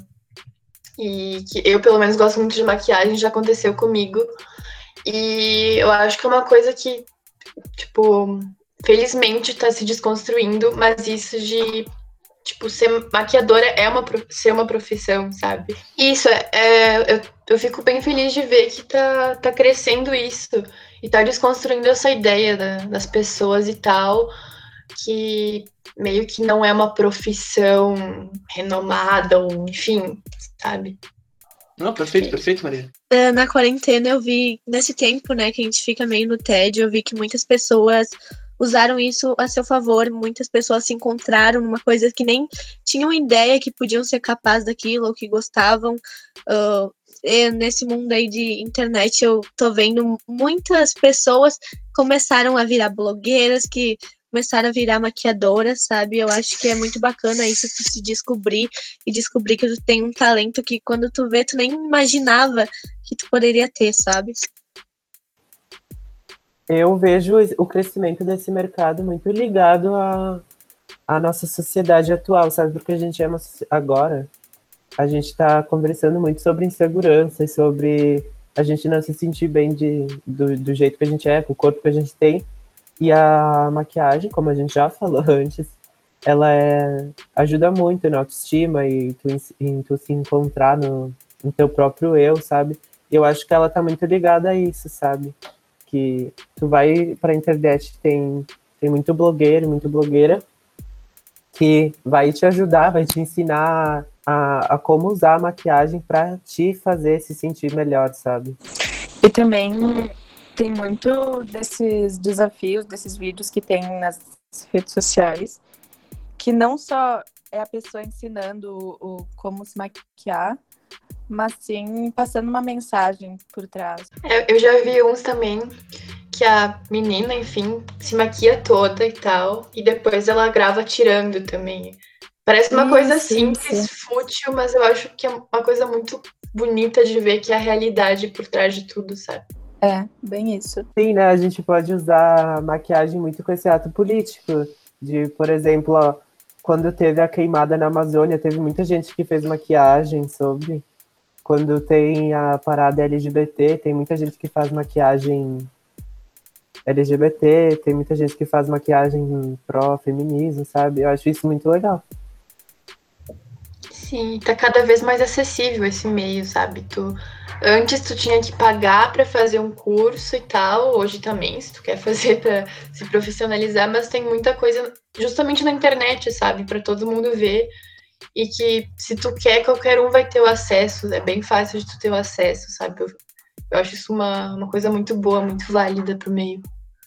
E que eu, pelo menos, gosto muito de maquiagem, já aconteceu comigo. E eu acho que é uma coisa que, tipo, felizmente tá se desconstruindo, mas isso de, tipo, ser maquiadora é uma, ser uma profissão, sabe? Isso, é, é eu, eu fico bem feliz de ver que tá, tá crescendo isso e tá desconstruindo essa ideia da, das pessoas e tal, que meio que não é uma profissão renomada, ou enfim, sabe? Não, perfeito, perfeito, Maria. Na quarentena eu vi, nesse tempo, né, que a gente fica meio no tédio, eu vi que muitas pessoas usaram isso a seu favor, muitas pessoas se encontraram numa coisa que nem tinham ideia que podiam ser capazes daquilo, ou que gostavam. Uh, nesse mundo aí de internet eu tô vendo muitas pessoas começaram a virar blogueiras, que começaram a virar maquiadoras, sabe? Eu acho que é muito bacana isso, tu se descobrir e descobrir que tu tem um talento que quando tu vê, tu nem imaginava que tu poderia ter, sabe? Eu vejo o crescimento desse mercado muito ligado à, à nossa sociedade atual, sabe? Porque a gente é uma, agora, a gente está conversando muito sobre insegurança e sobre a gente não se sentir bem de, do, do jeito que a gente é, com o corpo que a gente tem. E a maquiagem, como a gente já falou antes, ela é, ajuda muito na autoestima e tu, em tu se encontrar no, no teu próprio eu, sabe? E eu acho que ela tá muito ligada a isso, sabe? Que tu vai pra internet, tem, tem muito blogueiro, muito blogueira, que vai te ajudar, vai te ensinar a, a como usar a maquiagem pra te fazer se sentir melhor, sabe? E também tem muito desses desafios, desses vídeos que tem nas redes sociais, que não só é a pessoa ensinando o, o como se maquiar, mas sim passando uma mensagem por trás. É, eu já vi uns também que a menina, enfim, se maquia toda e tal, e depois ela grava tirando também. Parece uma Sim, coisa sim, simples, sim. fútil, mas eu acho que é uma coisa muito bonita de ver que é a realidade por trás de tudo, sabe? É, bem isso. Sim, né? A gente pode usar a maquiagem muito com esse ato político. De, por exemplo, ó, quando teve a queimada na Amazônia, teve muita gente que fez maquiagem sobre. Quando tem a parada L G B T, tem muita gente que faz maquiagem L G B T, tem muita gente que faz maquiagem pró-feminismo, sabe? Eu acho isso muito legal. Sim, tá cada vez mais acessível esse meio, sabe? Tu, antes tu tinha que pagar para fazer um curso e tal, hoje também, se tu quer fazer para se profissionalizar, mas tem muita coisa justamente na internet, sabe? Para todo mundo ver. E que se tu quer, qualquer um vai ter o acesso. É bem fácil de tu ter o acesso, sabe? Eu, eu acho isso uma, uma coisa muito boa, muito válida pro meio.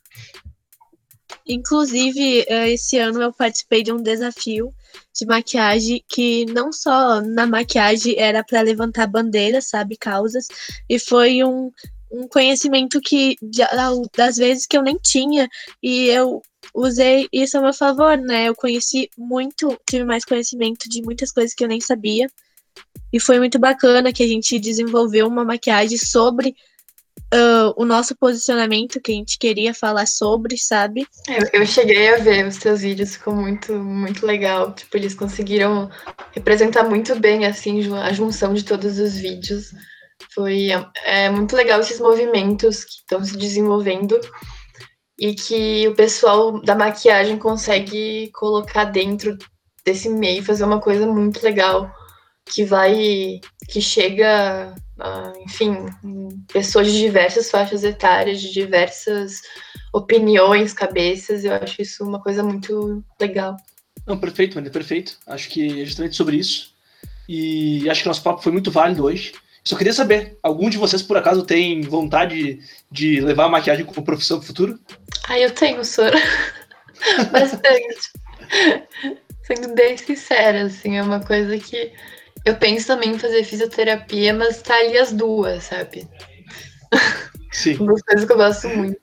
Inclusive, esse ano eu participei de um desafio de maquiagem que não só na maquiagem era para levantar bandeiras, sabe, causas, e foi um, um conhecimento que das vezes que eu nem tinha, e eu usei isso a meu favor, né? Eu conheci muito, tive mais conhecimento de muitas coisas que eu nem sabia, e foi muito bacana que a gente desenvolveu uma maquiagem sobre Uh, o nosso posicionamento que a gente queria falar sobre, sabe? Eu, eu cheguei a ver os teus vídeos, ficou muito, muito legal. Tipo, eles conseguiram representar muito bem, assim, a junção de todos os vídeos. Foi é, muito legal esses movimentos que estão se desenvolvendo e que o pessoal da maquiagem consegue colocar dentro desse meio, fazer uma coisa muito legal, que vai, que chega... Uh, enfim, pessoas de diversas faixas etárias, de diversas opiniões, cabeças. Eu acho isso uma coisa muito legal. Não, perfeito, Maria, perfeito. Acho que é justamente sobre isso. E acho que nosso papo foi muito válido hoje. Só queria saber, algum de vocês, por acaso, tem vontade de levar a maquiagem como profissão pro futuro? Ah, eu tenho, Sora. Bastante. Sendo bem sincera, assim, é uma coisa que eu penso também em fazer fisioterapia, mas tá ali as duas, sabe? Sim. Uma coisa que eu gosto muito.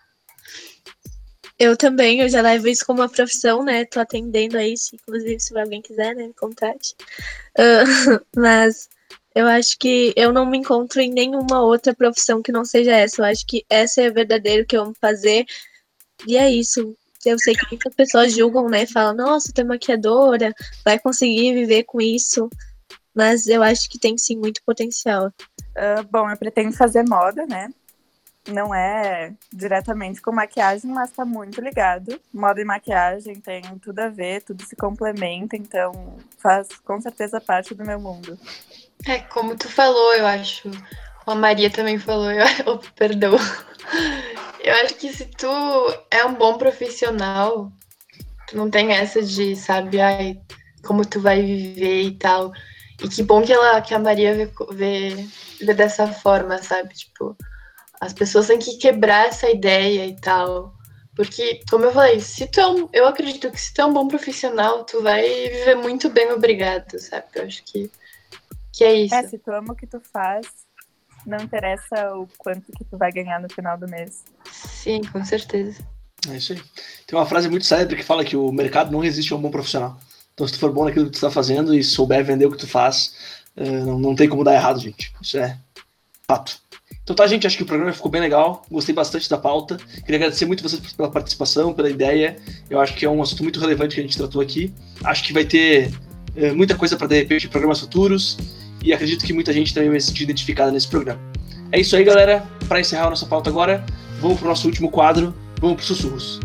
Eu também, eu já levo isso como uma profissão, né? Tô atendendo a isso, inclusive se alguém quiser, né, me contate. Uh, mas eu acho que eu não me encontro em nenhuma outra profissão que não seja essa. Eu acho que essa é a verdadeira que eu amo fazer. E é isso. Eu sei que muitas pessoas julgam, né? Falam, nossa, tu é maquiadora, vai conseguir viver com isso. Mas eu acho que tem sim muito potencial. Uh, bom, eu pretendo fazer moda, né? Não é diretamente com maquiagem, mas tá muito ligado. Moda e maquiagem tem tudo a ver, tudo se complementa, então faz com certeza parte do meu mundo. É, como tu falou, eu acho. A Maria também falou, eu, oh, perdão. Eu acho que se tu é um bom profissional, tu não tem essa de, sabe, ai, como tu vai viver e tal. E que bom que, ela, que a Maria vê, vê, vê dessa forma, sabe? Tipo, as pessoas têm que quebrar essa ideia e tal. Porque, como eu falei, se tu é um, eu acredito que se tu é um bom profissional, tu vai viver muito bem, obrigado, sabe? Eu acho que, que é isso. É, se tu ama o que tu faz, não interessa o quanto que tu vai ganhar no final do mês. Sim, com certeza. É isso aí. Tem uma frase muito célebre que fala que o mercado não resiste a um bom profissional. Então, se tu for bom naquilo que tu está fazendo e souber vender o que tu faz, uh, não, não tem como dar errado, gente. Isso é fato. Então tá, gente, acho que o programa ficou bem legal. Gostei bastante da pauta. Queria agradecer muito vocês pela participação, pela ideia. Eu acho que é um assunto muito relevante que a gente tratou aqui. Acho que vai ter uh, muita coisa para, de repente, programas futuros. E acredito que muita gente também vai se sentir identificada nesse programa. É isso aí, galera. Para encerrar a nossa pauta agora, vamos pro nosso último quadro. Vamos pro Sussurros.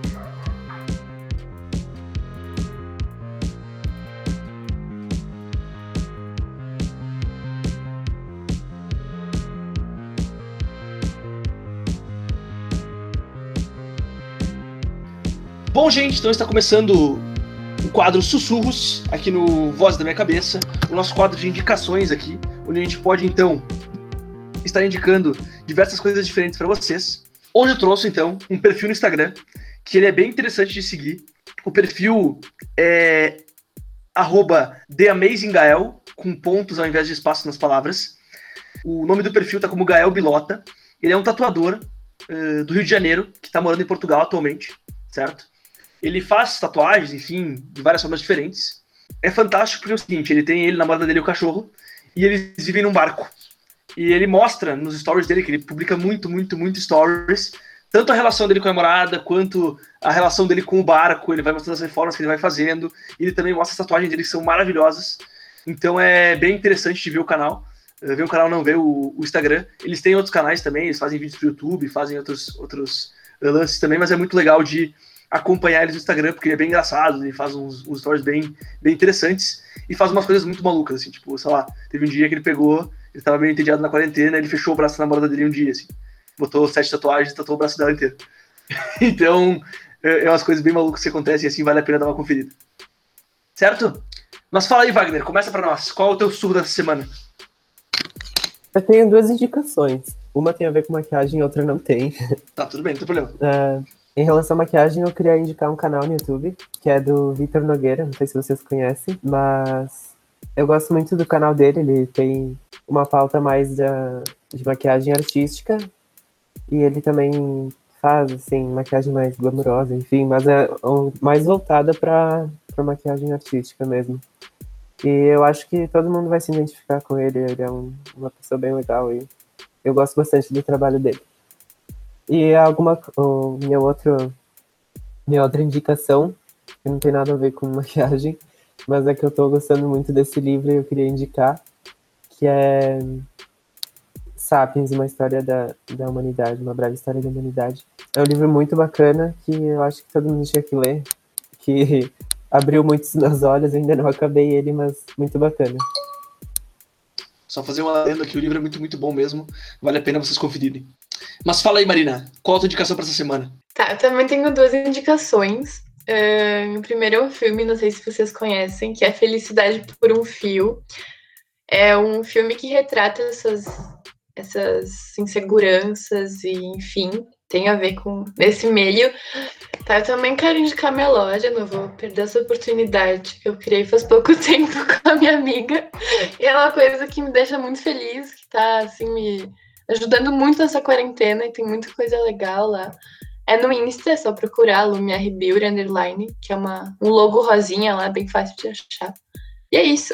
Bom, gente, então está começando o quadro Sussurros, aqui no Voz da Minha Cabeça, o nosso quadro de indicações aqui, onde a gente pode, então, estar indicando diversas coisas diferentes para vocês. Hoje eu trouxe, então, um perfil no Instagram, que ele é bem interessante de seguir. O perfil é arroba TheAmazingGael, com pontos ao invés de espaço nas palavras. O nome do perfil tá como Gael Bilota. Ele é um tatuador uh, do Rio de Janeiro, que está morando em Portugal atualmente, certo? Ele faz tatuagens, enfim, de várias formas diferentes. É fantástico porque é o seguinte, ele tem ele, a namorada dele e o cachorro, e eles vivem num barco. E ele mostra nos stories dele, que ele publica muito, muito, muito stories, tanto a relação dele com a namorada, quanto a relação dele com o barco, ele vai mostrando as reformas que ele vai fazendo, e ele também mostra as tatuagens dele, que são maravilhosas. Então é bem interessante de ver o canal. Ver o canal, não ver o, o Instagram. Eles têm outros canais também, eles fazem vídeos pro YouTube, fazem outros, outros lances também, mas é muito legal de acompanhar eles no Instagram, porque ele é bem engraçado, ele faz uns, uns stories bem, bem interessantes e faz umas coisas muito malucas, assim, tipo, sei lá, teve um dia que ele pegou, ele tava meio entediado na quarentena, ele fechou o braço da namorada dele um dia, assim, botou sete tatuagens e tatuou o braço dela inteiro. Então, é, é umas coisas bem malucas que acontecem e assim vale a pena dar uma conferida. Certo? Mas fala aí, Wagner, começa pra nós. Qual é o teu surdo dessa semana? Eu tenho duas indicações. Uma tem a ver com maquiagem, outra não tem. Tá, tudo bem, não tem problema. Uh, em relação à maquiagem, eu queria indicar um canal no YouTube, que é do Vitor Nogueira, não sei se vocês conhecem, mas eu gosto muito do canal dele, ele tem uma pauta mais da, de maquiagem artística, e ele também faz, assim, maquiagem mais glamourosa, enfim, mas é um, mais voltada para para maquiagem artística mesmo. E eu acho que todo mundo vai se identificar com ele, ele é um, uma pessoa bem legal e eu gosto bastante do trabalho dele. E alguma oh, minha, outra, minha outra indicação, que não tem nada a ver com maquiagem, mas é que eu tô gostando muito desse livro e eu queria indicar, que é Sapiens, uma história da, da humanidade, uma breve história da humanidade. É um livro muito bacana, que eu acho que todo mundo tinha que ler, que abriu muitos meus olhos, ainda não acabei ele, mas muito bacana. Só fazer uma lenda que o livro é muito, muito bom mesmo. Vale a pena vocês conferirem. Mas fala aí, Marina, qual a tua indicação pra essa semana? Tá, eu também tenho duas indicações. Uh, o primeiro é um filme, não sei se vocês conhecem, que é Felicidade por um Fio. É um filme que retrata essas, essas inseguranças e, enfim, tem a ver com esse meio. Tá, eu também quero indicar minha loja, não vou perder essa oportunidade que eu criei faz pouco tempo com a minha amiga. E é uma coisa que me deixa muito feliz, que tá, assim, me ajudando muito nessa quarentena e tem muita coisa legal lá. É no Insta, é só procurar Lumiar Beauty Underline, que é uma, um logo rosinha lá, bem fácil de achar. E é isso.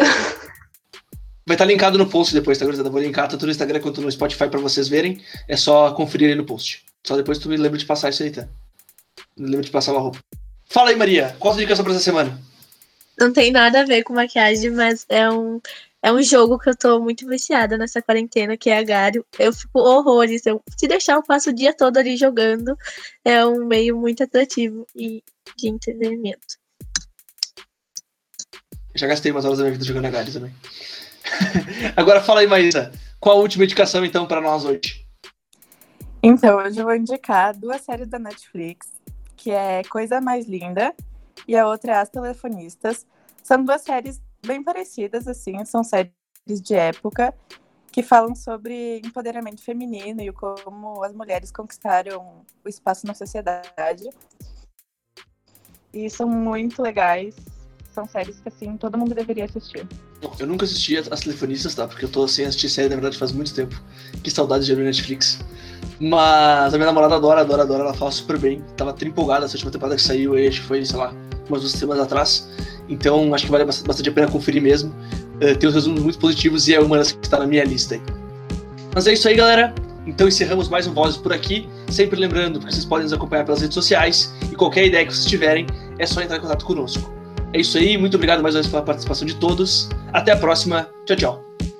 Vai estar linkado no post depois, tá, gurizada? Vou linkar tanto no Instagram quanto no Spotify pra vocês verem. É só conferir aí no post. Só depois tu me lembra de passar isso aí, tá? Me lembra de passar uma roupa. Fala aí, Maria. Qual a sua indicação pra essa semana? Não tem nada a ver com maquiagem, mas é um, é um jogo que eu tô muito viciada nessa quarentena, que é Agario. Eu fico horrores. Eu, se deixar, eu passo o dia todo ali jogando. É um meio muito atrativo e de entretenimento. Eu já gastei umas horas da minha vida jogando Agario também. Agora fala aí, Maísa. Qual a última indicação, então, pra nós hoje? Então, hoje eu vou indicar duas séries da Netflix, que é Coisa Mais Linda e a outra é As Telefonistas. São duas séries bem parecidas, assim, são séries de época que falam sobre empoderamento feminino e como as mulheres conquistaram o espaço na sociedade. E são muito legais. São séries que, assim, todo mundo deveria assistir. Eu nunca assisti As Telefonistas, tá? Porque eu tô sem assistir série, na verdade, faz muito tempo. Que saudade de abrir Netflix. Mas a minha namorada adora, adora, adora. Ela fala super bem. Tava até empolgada essa última temporada que saiu aí, acho que foi, sei lá, umas duas semanas atrás. Então, acho que vale bastante a pena conferir mesmo. Uh, tem uns resumos muito positivos e é uma das que está na minha lista aí. Mas é isso aí, galera. Então encerramos mais um Vozes por aqui. Sempre lembrando que vocês podem nos acompanhar pelas redes sociais. E qualquer ideia que vocês tiverem, é só entrar em contato conosco. É isso aí, muito obrigado mais uma vez pela participação de todos. Até a próxima. Tchau, tchau.